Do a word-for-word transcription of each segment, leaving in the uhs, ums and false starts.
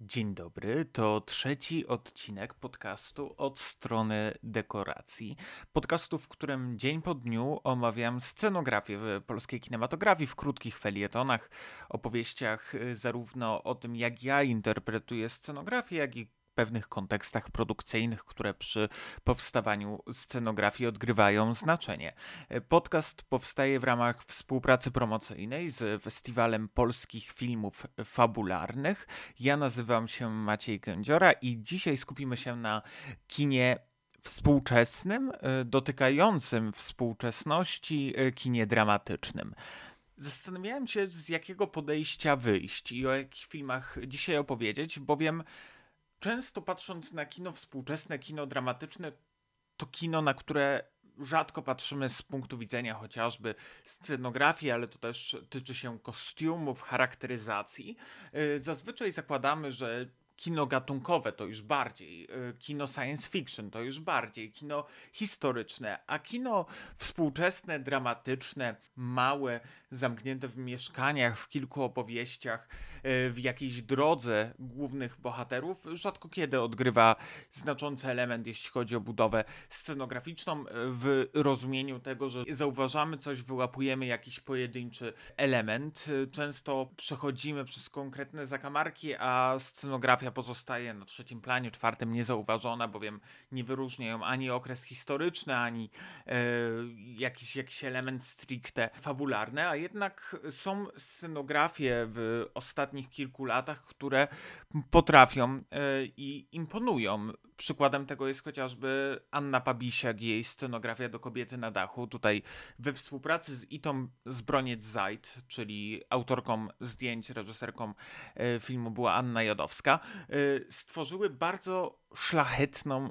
Dzień dobry, to trzeci odcinek podcastu Od strony dekoracji. Podcastu, w którym dzień po dniu omawiam scenografię w polskiej kinematografii w krótkich felietonach, opowieściach zarówno o tym, jak ja interpretuję scenografię, jak i pewnych kontekstach produkcyjnych, które przy powstawaniu scenografii odgrywają znaczenie. Podcast powstaje w ramach współpracy promocyjnej z Festiwalem Polskich Filmów Fabularnych. Ja nazywam się Maciej Kędziora i dzisiaj skupimy się na kinie współczesnym, dotykającym współczesności, kinie dramatycznym. Zastanawiałem się, z jakiego podejścia wyjść i o jakich filmach dzisiaj opowiedzieć, bowiem często patrząc na kino współczesne, kino dramatyczne, to kino, na które rzadko patrzymy z punktu widzenia chociażby scenografii, ale to też tyczy się kostiumów, charakteryzacji. Zazwyczaj zakładamy, że kino gatunkowe to już bardziej, kino science fiction to już bardziej, kino historyczne, a kino współczesne, dramatyczne, małe, zamknięte w mieszkaniach, w kilku opowieściach, w jakiejś drodze głównych bohaterów, rzadko kiedy odgrywa znaczący element, jeśli chodzi o budowę scenograficzną, w rozumieniu tego, że zauważamy coś, wyłapujemy jakiś pojedynczy element. Często przechodzimy przez konkretne zakamarki, a scenografia pozostaje na trzecim planie, czwartym niezauważona, bowiem nie wyróżnia ją ani okres historyczny, ani e, jakiś, jakiś element stricte fabularny, a jednak są scenografie w ostatnich kilku latach, które potrafią e, i imponują. Przykładem tego jest chociażby Anna Pabisiak i jej scenografia do Kobiety na dachu. Tutaj we współpracy z Itą Zbroniec-Zajd, czyli autorką zdjęć, reżyserką e, filmu była Anna Jodowska, e, stworzyły bardzo szlachetną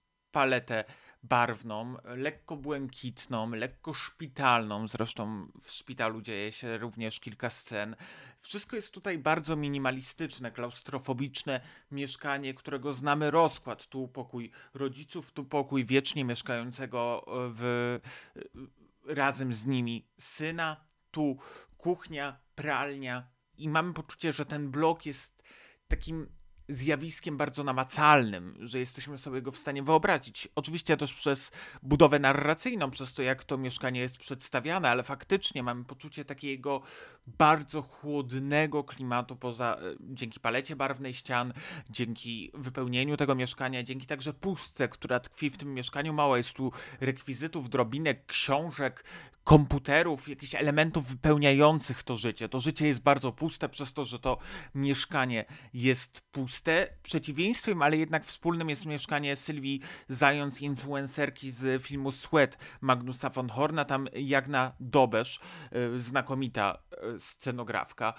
paletę barwną, lekko błękitną, lekko szpitalną. Zresztą w szpitalu dzieje się również kilka scen. Wszystko jest tutaj bardzo minimalistyczne, klaustrofobiczne mieszkanie, którego znamy rozkład. Tu pokój rodziców, tu pokój wiecznie mieszkającego w, razem z nimi syna, tu kuchnia, pralnia i mamy poczucie, że ten blok jest takim zjawiskiem bardzo namacalnym, że jesteśmy sobie go w stanie wyobrazić. Oczywiście też przez budowę narracyjną, przez to, jak to mieszkanie jest przedstawiane, ale faktycznie mamy poczucie takiego bardzo chłodnego klimatu poza, dzięki palecie barwnej ścian, dzięki wypełnieniu tego mieszkania, dzięki także pustce, która tkwi w tym mieszkaniu. Mało jest tu rekwizytów, drobinek, książek, komputerów, jakichś elementów wypełniających to życie. To życie jest bardzo puste przez to, że to mieszkanie jest puste. Przeciwieństwem, ale jednak wspólnym jest mieszkanie Sylwii Zając, influencerki z filmu Sweat Magnusa von Horna. Tam Jagna Dobesz, znakomita scenografka,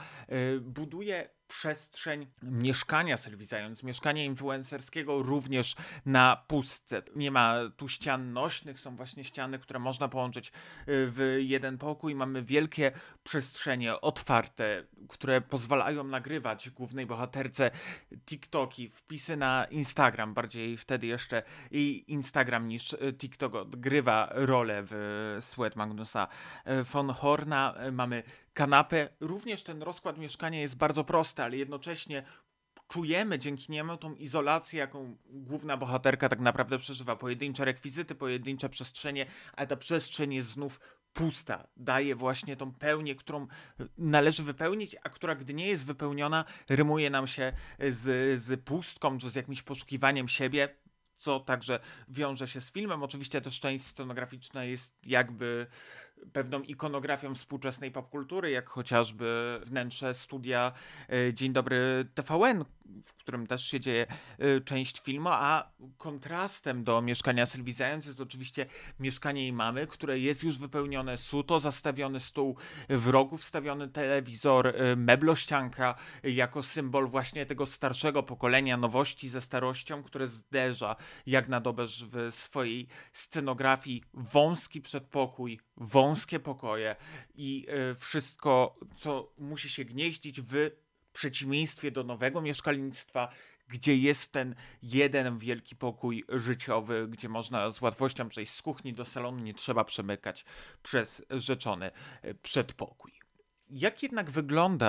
buduje przestrzeń mieszkania Sylwii Zając, mieszkania influencerskiego również na pustce. Nie ma tu ścian nośnych, są właśnie ściany, które można połączyć w jeden pokój. Mamy wielkie przestrzenie otwarte, które pozwalają nagrywać głównej bohaterce TikToki, wpisy na Instagram, bardziej wtedy jeszcze i Instagram niż TikTok odgrywa rolę w Sweat Magnusa von Horna. Mamy kanapę. Również ten rozkład mieszkania jest bardzo prosty, ale jednocześnie czujemy dzięki niemu tą izolację, jaką główna bohaterka tak naprawdę przeżywa. Pojedyncze rekwizyty, pojedyncze przestrzenie, ale ta przestrzeń jest znów pusta. Daje właśnie tą pełnię, którą należy wypełnić, a która, gdy nie jest wypełniona, rymuje nam się z, z pustką, czy z jakimś poszukiwaniem siebie, co także wiąże się z filmem. Oczywiście też część scenograficzna jest jakby pewną ikonografią współczesnej popkultury, jak chociażby wnętrze studia Dzień Dobry T V N, w którym też się dzieje część filmu, a kontrastem do mieszkania Sylwii Zając jest oczywiście mieszkanie jej mamy, które jest już wypełnione suto, zastawiony stół w rogu, wstawiony telewizor, meblościanka jako symbol właśnie tego starszego pokolenia, nowości ze starością, które zderza Jagna Dobesz w swojej scenografii. Wąski przedpokój, wąskie pokoje i wszystko, co musi się gnieździć w przeciwieństwie do nowego mieszkalnictwa, gdzie jest ten jeden wielki pokój życiowy, gdzie można z łatwością przejść z kuchni do salonu, nie trzeba przemykać przez rzeczony przedpokój. Jak jednak wygląda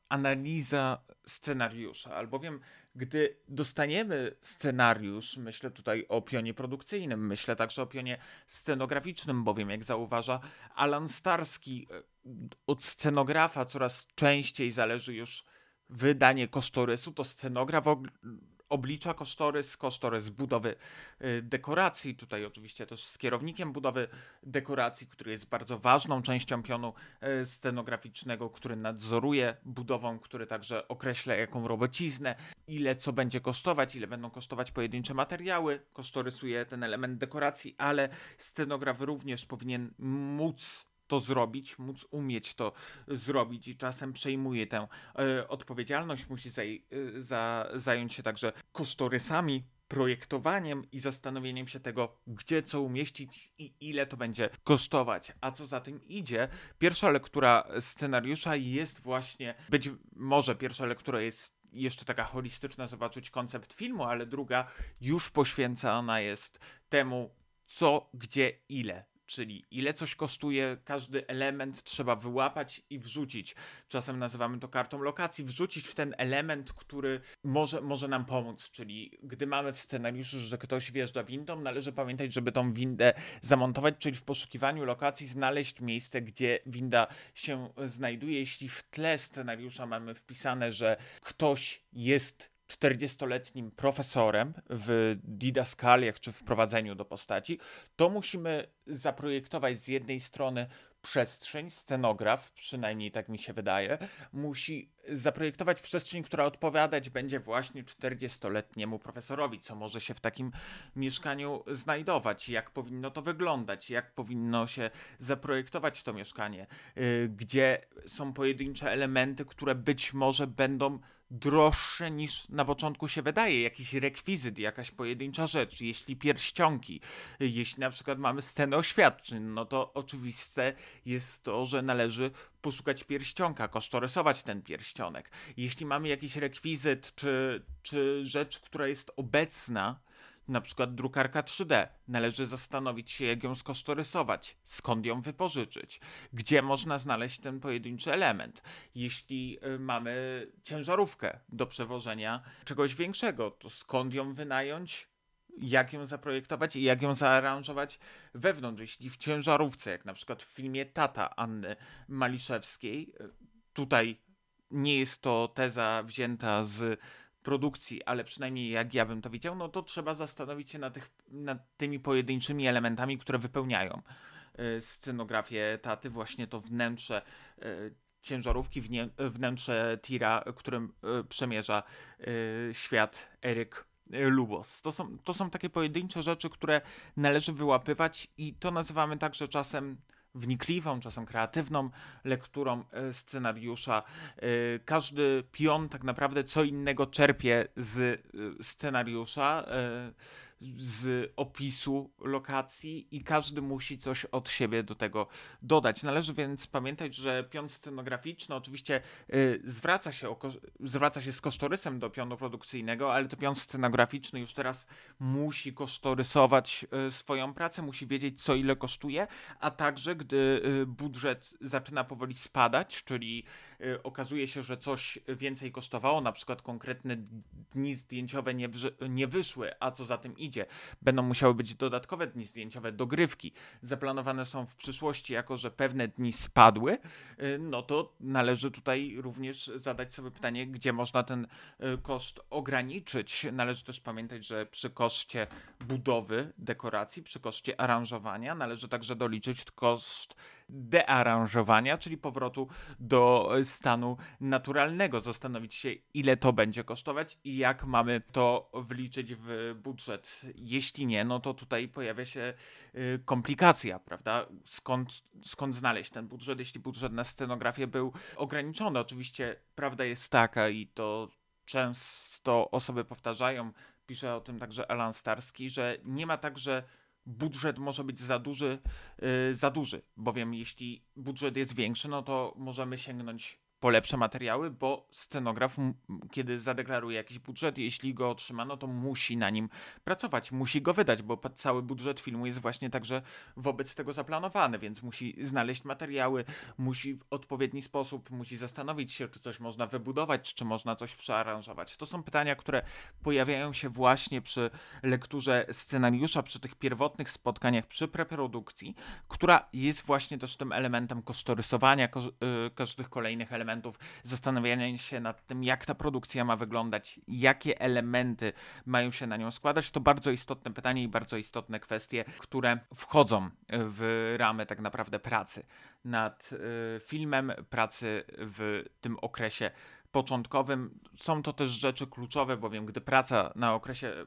analiza scenariusza, albowiem gdy dostaniemy scenariusz, myślę tutaj o pionie produkcyjnym, myślę także o pionie scenograficznym, bowiem jak zauważa Alan Starski, od scenografa coraz częściej zależy już wydanie kosztorysu, to scenograf oblicza kosztorys, kosztorys budowy dekoracji, tutaj oczywiście też z kierownikiem budowy dekoracji, który jest bardzo ważną częścią pionu scenograficznego, który nadzoruje budową, który także określa jaką robociznę, ile co będzie kosztować, ile będą kosztować pojedyncze materiały, kosztorysuje ten element dekoracji, ale scenograf również powinien móc to zrobić, móc umieć to zrobić i czasem przejmuje tę e, odpowiedzialność, musi zaj- za, zająć się także kosztorysami, projektowaniem i zastanowieniem się tego, gdzie co umieścić i ile to będzie kosztować. A co za tym idzie, pierwsza lektura scenariusza jest właśnie, być może pierwsza lektura jest jeszcze taka holistyczna, zobaczyć koncept filmu, ale druga już poświęcona jest temu, co, gdzie, ile. Czyli ile coś kosztuje, każdy element trzeba wyłapać i wrzucić. Czasem nazywamy to kartą lokacji, wrzucić w ten element, który może, może nam pomóc. Czyli gdy mamy w scenariuszu, że ktoś wjeżdża windą, należy pamiętać, żeby tą windę zamontować, czyli w poszukiwaniu lokacji znaleźć miejsce, gdzie winda się znajduje. Jeśli w tle scenariusza mamy wpisane, że ktoś jest czterdziestoletnim profesorem w didaskaliach czy w prowadzeniu do postaci, to musimy zaprojektować z jednej strony przestrzeń, scenograf, przynajmniej tak mi się wydaje, musi zaprojektować przestrzeń, która odpowiadać będzie właśnie czterdziestoletniemu profesorowi, co może się w takim mieszkaniu znajdować, jak powinno to wyglądać, jak powinno się zaprojektować to mieszkanie, yy, gdzie są pojedyncze elementy, które być może będą droższe niż na początku się wydaje, jakiś rekwizyt, jakaś pojedyncza rzecz, jeśli pierścionki, jeśli na przykład mamy scenę oświadczeń, no to oczywiste jest to, że należy poszukać pierścionka, kosztorysować ten pierścionek. Jeśli mamy jakiś rekwizyt czy, czy rzecz, która jest obecna, na przykład drukarka trzy D, należy zastanowić się, jak ją skosztorysować, skąd ją wypożyczyć, gdzie można znaleźć ten pojedynczy element. Jeśli mamy ciężarówkę do przewożenia czegoś większego, to skąd ją wynająć, jak ją zaprojektować i jak ją zaaranżować wewnątrz. Jeśli w ciężarówce, jak na przykład w filmie Tata Anny Maliszewskiej, tutaj nie jest to teza wzięta z produkcji, ale przynajmniej jak ja bym to widział, no to trzeba zastanowić się nad, tych, nad tymi pojedynczymi elementami, które wypełniają y, scenografię Taty, właśnie to wnętrze y, ciężarówki, wnie, wnętrze tira, którym y, przemierza y, świat Eryk Lubos. To są, to są takie pojedyncze rzeczy, które należy wyłapywać i to nazywamy także czasem wnikliwą, czasem kreatywną lekturą scenariusza. Każdy pion tak naprawdę co innego czerpie z scenariusza, z opisu lokacji i każdy musi coś od siebie do tego dodać. Należy więc pamiętać, że pion scenograficzny oczywiście y, zwraca się, o, zwraca się z kosztorysem do pionu produkcyjnego, ale to pion scenograficzny już teraz musi kosztorysować y, swoją pracę, musi wiedzieć co ile kosztuje, a także gdy y, budżet zaczyna powoli spadać, czyli y, okazuje się, że coś więcej kosztowało, na przykład konkretne dni zdjęciowe nie, wży- nie wyszły, a co za tym idzie, będą musiały być dodatkowe dni zdjęciowe, dogrywki, zaplanowane są w przyszłości, jako że pewne dni spadły, no to należy tutaj również zadać sobie pytanie, gdzie można ten koszt ograniczyć. Należy też pamiętać, że przy koszcie budowy dekoracji, przy koszcie aranżowania należy także doliczyć koszt dearanżowania, czyli powrotu do stanu naturalnego, zastanowić się, ile to będzie kosztować i jak mamy to wliczyć w budżet. Jeśli nie, no to tutaj pojawia się y, komplikacja, prawda? Skąd, skąd znaleźć ten budżet, jeśli budżet na scenografię był ograniczony? Oczywiście prawda jest taka i to często osoby powtarzają, pisze o tym także Alan Starski, że nie ma tak, że budżet może być za duży, yy, za duży, bowiem jeśli budżet jest większy, no to możemy sięgnąć po lepsze materiały, bo scenograf, kiedy zadeklaruje jakiś budżet, jeśli go otrzyma, no to musi na nim pracować, musi go wydać, bo cały budżet filmu jest właśnie także wobec tego zaplanowany, więc musi znaleźć materiały, musi w odpowiedni sposób, musi zastanowić się, czy coś można wybudować, czy można coś przearanżować. To są pytania, które pojawiają się właśnie przy lekturze scenariusza, przy tych pierwotnych spotkaniach, przy preprodukcji, która jest właśnie też tym elementem kosztorysowania ko- yy, każdych kolejnych elementów, zastanawiania się nad tym, jak ta produkcja ma wyglądać, jakie elementy mają się na nią składać. To bardzo istotne pytanie i bardzo istotne kwestie, które wchodzą w ramy tak naprawdę pracy nad y, filmem, pracy w tym okresie początkowym. Są to też rzeczy kluczowe, bowiem gdy praca na okresie,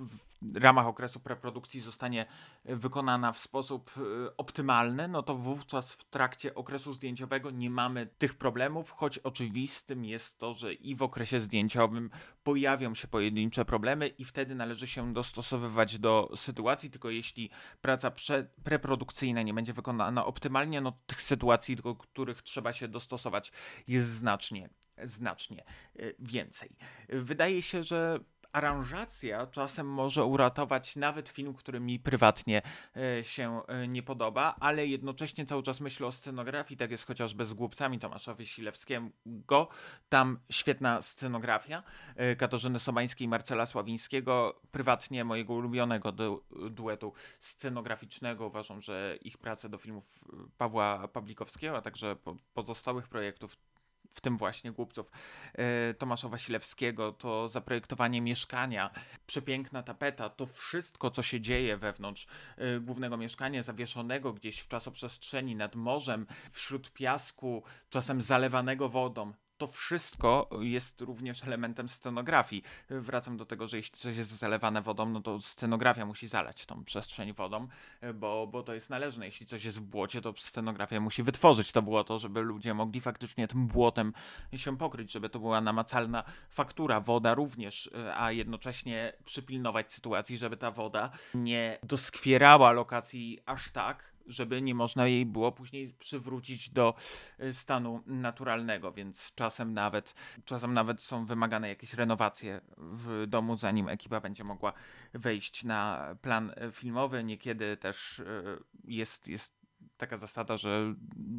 w ramach okresu preprodukcji zostanie wykonana w sposób optymalny, no to wówczas w trakcie okresu zdjęciowego nie mamy tych problemów, choć oczywistym jest to, że i w okresie zdjęciowym pojawią się pojedyncze problemy i wtedy należy się dostosowywać do sytuacji, tylko jeśli praca prze, preprodukcyjna nie będzie wykonana optymalnie, no tych sytuacji, do których trzeba się dostosować, jest znacznie znacznie więcej. Wydaje się, że aranżacja czasem może uratować nawet film, który mi prywatnie się nie podoba, ale jednocześnie cały czas myślę o scenografii, tak jest chociażby z Głupcami Tomasza Wasilewskiego. Tam świetna scenografia Katarzyny Sobańskiej i Marcela Sławińskiego, prywatnie mojego ulubionego du- duetu scenograficznego. Uważam, że ich prace do filmów Pawła Pawlikowskiego, a także po- pozostałych projektów, w tym właśnie Głupców Tomasza Wasilewskiego, to zaprojektowanie mieszkania, przepiękna tapeta, to wszystko, co się dzieje wewnątrz głównego mieszkania, zawieszonego gdzieś w czasoprzestrzeni nad morzem, wśród piasku, czasem zalewanego wodą. To wszystko jest również elementem scenografii. Wracam do tego, że jeśli coś jest zalewane wodą, no to scenografia musi zalać tą przestrzeń wodą, bo, bo to jest należne. Jeśli coś jest w błocie, to scenografia musi wytworzyć to błoto, żeby ludzie mogli faktycznie tym błotem się pokryć, żeby to była namacalna faktura. Woda również, a jednocześnie przypilnować sytuacji, żeby ta woda nie doskwierała lokacji aż tak, żeby nie można jej było później przywrócić do stanu naturalnego, więc czasem nawet, czasem nawet są wymagane jakieś renowacje w domu, zanim ekipa będzie mogła wejść na plan filmowy. Niekiedy też jest, jest taka zasada, że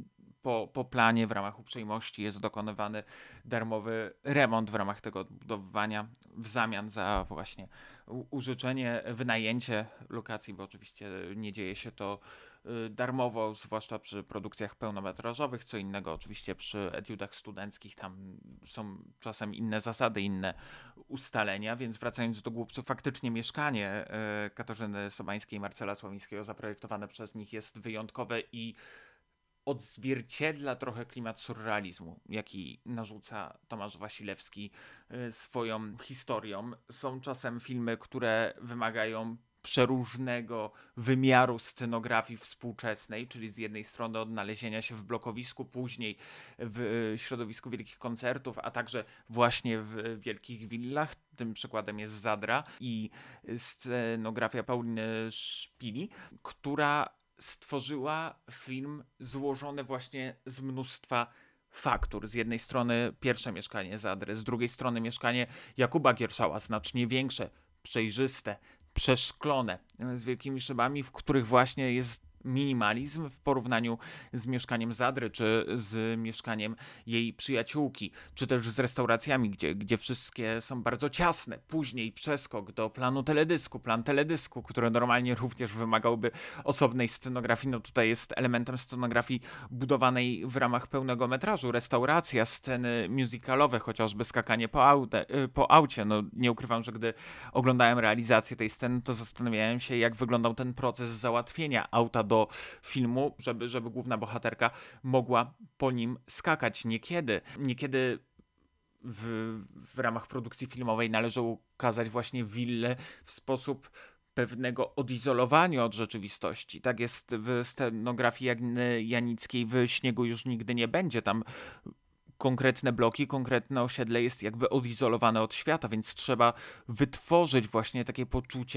po, po planie w ramach uprzejmości jest dokonywany darmowy remont w ramach tego odbudowywania w zamian za właśnie użyczenie, wynajęcie lokacji, bo oczywiście nie dzieje się to darmowo, zwłaszcza przy produkcjach pełnometrażowych, co innego oczywiście przy etiudach studenckich, tam są czasem inne zasady, inne ustalenia, więc wracając do Głupców, faktycznie mieszkanie Katarzyny Sobańskiej i Marcela Sławińskiego zaprojektowane przez nich jest wyjątkowe i odzwierciedla trochę klimat surrealizmu, jaki narzuca Tomasz Wasilewski swoją historią. Są czasem filmy, które wymagają przeróżnego wymiaru scenografii współczesnej, czyli z jednej strony odnalezienia się w blokowisku, później w środowisku wielkich koncertów, a także właśnie w wielkich willach. Tym przykładem jest Zadra i scenografia Pauliny Szpili, która stworzyła film złożony właśnie z mnóstwa faktur. Z jednej strony pierwsze mieszkanie Zadry, z drugiej strony mieszkanie Jakuba Gierszała, znacznie większe, przejrzyste, przeszklone, z wielkimi szybami, w których właśnie jest minimalizm w porównaniu z mieszkaniem Zadry, czy z mieszkaniem jej przyjaciółki, czy też z restauracjami, gdzie, gdzie wszystkie są bardzo ciasne. Później przeskok do planu teledysku, plan teledysku, który normalnie również wymagałby osobnej scenografii. No tutaj jest elementem scenografii budowanej w ramach pełnego metrażu. Restauracja, sceny musicalowe, chociażby skakanie po, aute, po aucie. No nie ukrywam, że gdy oglądałem realizację tej sceny, to zastanawiałem się, jak wyglądał ten proces załatwienia auta do filmu, żeby, żeby główna bohaterka mogła po nim skakać. Niekiedy, niekiedy w, w ramach produkcji filmowej należy ukazać właśnie willę w sposób pewnego odizolowania od rzeczywistości. Tak jest w scenografii Jagny Janickiej w Śniegu już nigdy nie będzie. Tam konkretne bloki, konkretne osiedle jest jakby odizolowane od świata, więc trzeba wytworzyć właśnie takie poczucie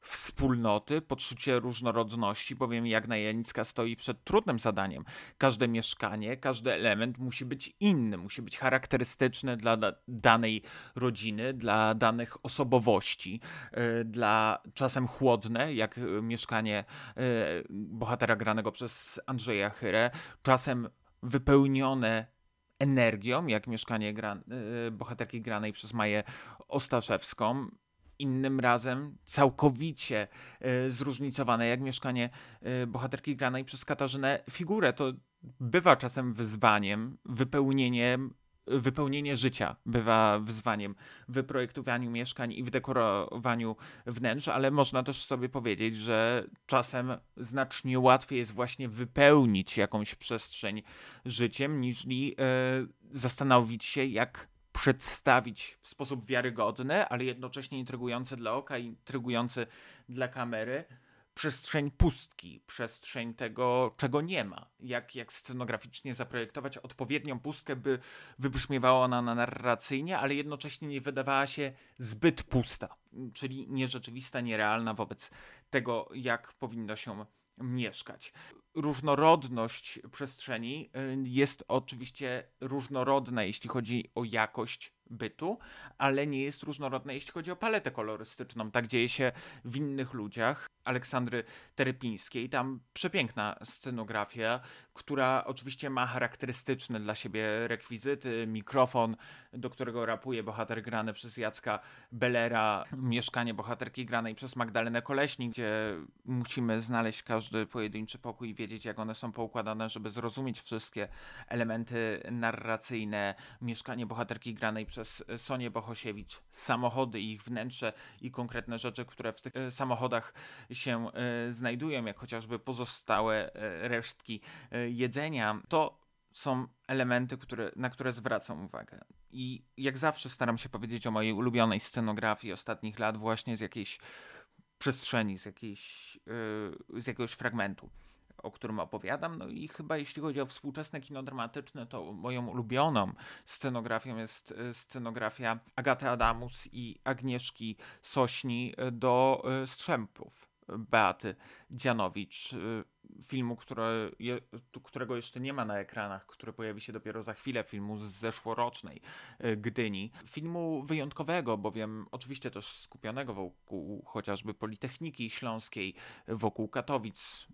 wspólnoty, poczucie różnorodności, bowiem Jagna Janicka stoi przed trudnym zadaniem. Każde mieszkanie, każdy element musi być inny, musi być charakterystyczny dla da- danej rodziny, dla danych osobowości, yy, dla czasem chłodne, jak yy, mieszkanie yy, bohatera granego przez Andrzeja Chyrę, czasem wypełnione energią, jak mieszkanie gra, yy, bohaterki granej przez Maję Ostaszewską. Innym razem całkowicie y, zróżnicowane, jak mieszkanie y, bohaterki granej przez Katarzynę Figurę. To bywa czasem wyzwaniem, wypełnieniem, wypełnienie życia bywa wyzwaniem w wyprojektowaniu mieszkań i w dekorowaniu wnętrz, ale można też sobie powiedzieć, że czasem znacznie łatwiej jest właśnie wypełnić jakąś przestrzeń życiem, niż y, zastanowić się, jak przedstawić w sposób wiarygodny, ale jednocześnie intrygujący dla oka, intrygujący dla kamery, przestrzeń pustki, przestrzeń tego, czego nie ma. Jak, jak scenograficznie zaprojektować odpowiednią pustkę, by wybrzmiewała ona narracyjnie, ale jednocześnie nie wydawała się zbyt pusta, czyli nierzeczywista, nierealna wobec tego, jak powinno się mieszkać. Różnorodność przestrzeni jest oczywiście różnorodna, jeśli chodzi o jakość bytu, ale nie jest różnorodna, jeśli chodzi o paletę kolorystyczną. Tak dzieje się w Innych ludziach Aleksandry Terepińskiej. Tam przepiękna scenografia, która oczywiście ma charakterystyczne dla siebie rekwizyty, mikrofon, do którego rapuje bohater grany przez Jacka Bellera, mieszkanie bohaterki granej przez Magdalenę Koleśnik, gdzie musimy znaleźć każdy pojedynczy pokój i wiedzieć, jak one są poukładane, żeby zrozumieć wszystkie elementy narracyjne. Mieszkanie bohaterki granej przez Sonię Bohosiewicz, samochody, ich wnętrze i konkretne rzeczy, które w tych samochodach się znajdują, jak chociażby pozostałe resztki jedzenia, to są elementy, które, na które zwracam uwagę. I jak zawsze staram się powiedzieć o mojej ulubionej scenografii ostatnich lat właśnie z jakiejś przestrzeni, z, jakiejś, yy, z jakiegoś fragmentu, o którym opowiadam. No i chyba jeśli chodzi o współczesne kino dramatyczne, to moją ulubioną scenografią jest scenografia Agaty Adamus i Agnieszki Sośni do Strzępów Beaty Dzianowicz. Filmu, które, którego jeszcze nie ma na ekranach, który pojawi się dopiero za chwilę, filmu z zeszłorocznej Gdyni. Filmu wyjątkowego, bowiem oczywiście też skupionego wokół chociażby Politechniki Śląskiej, wokół Katowic.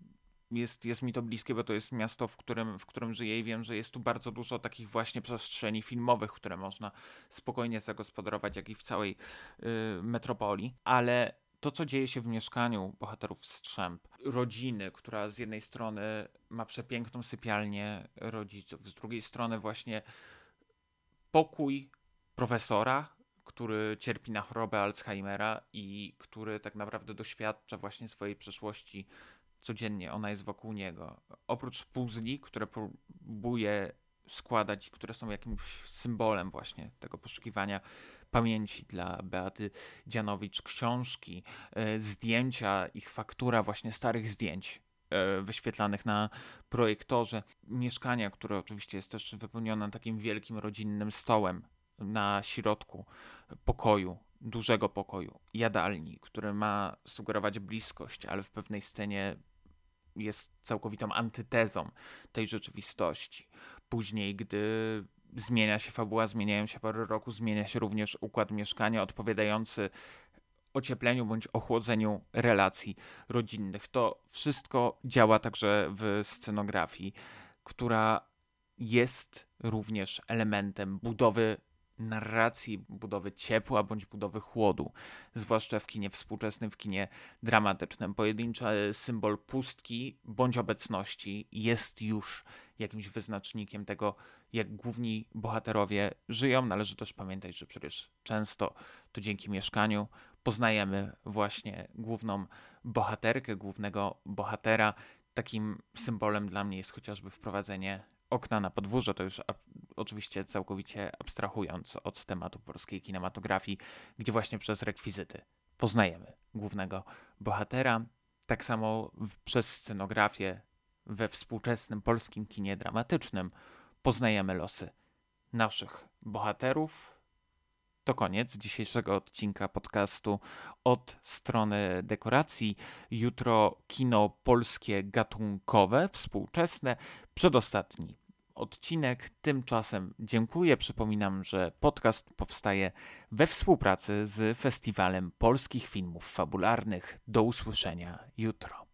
Jest, jest mi to bliskie, bo to jest miasto, w którym, w którym żyję i wiem, że jest tu bardzo dużo takich właśnie przestrzeni filmowych, które można spokojnie zagospodarować, jak i w całej y, metropolii. Ale to, co dzieje się w mieszkaniu bohaterów Strzęp, rodziny, która z jednej strony ma przepiękną sypialnię rodziców, z drugiej strony właśnie pokój profesora, który cierpi na chorobę Alzheimera i który tak naprawdę doświadcza właśnie swojej przeszłości codziennie, ona jest wokół niego. Oprócz puzli, które próbuje składać, które są jakimś symbolem właśnie tego poszukiwania pamięci dla Beaty Dzianowicz, książki, e, zdjęcia, ich faktura właśnie starych zdjęć e, wyświetlanych na projektorze, mieszkania, które oczywiście jest też wypełnione takim wielkim rodzinnym stołem na środku pokoju, dużego pokoju, jadalni, który ma sugerować bliskość, ale w pewnej scenie jest całkowitą antytezą tej rzeczywistości. Później, gdy zmienia się fabuła, zmieniają się pory roku, zmienia się również układ mieszkania odpowiadający ociepleniu bądź ochłodzeniu relacji rodzinnych. To wszystko działa także w scenografii, która jest również elementem budowy narracji, budowy ciepła bądź budowy chłodu, zwłaszcza w kinie współczesnym, w kinie dramatycznym. Pojedynczy symbol pustki bądź obecności jest już jakimś wyznacznikiem tego, jak główni bohaterowie żyją. Należy też pamiętać, że przecież często to dzięki mieszkaniu poznajemy właśnie główną bohaterkę, głównego bohatera. Takim symbolem dla mnie jest chociażby wprowadzenie okna na podwórze, to już a, oczywiście całkowicie abstrahując od tematu polskiej kinematografii, gdzie właśnie przez rekwizyty poznajemy głównego bohatera. Tak samo w, przez scenografię we współczesnym polskim kinie dramatycznym poznajemy losy naszych bohaterów, To koniec dzisiejszego odcinka podcastu Od strony dekoracji. Jutro kino polskie gatunkowe, współczesne, przedostatni odcinek. Tymczasem dziękuję. Przypominam, że podcast powstaje we współpracy z Festiwalem Polskich Filmów Fabularnych. Do usłyszenia jutro.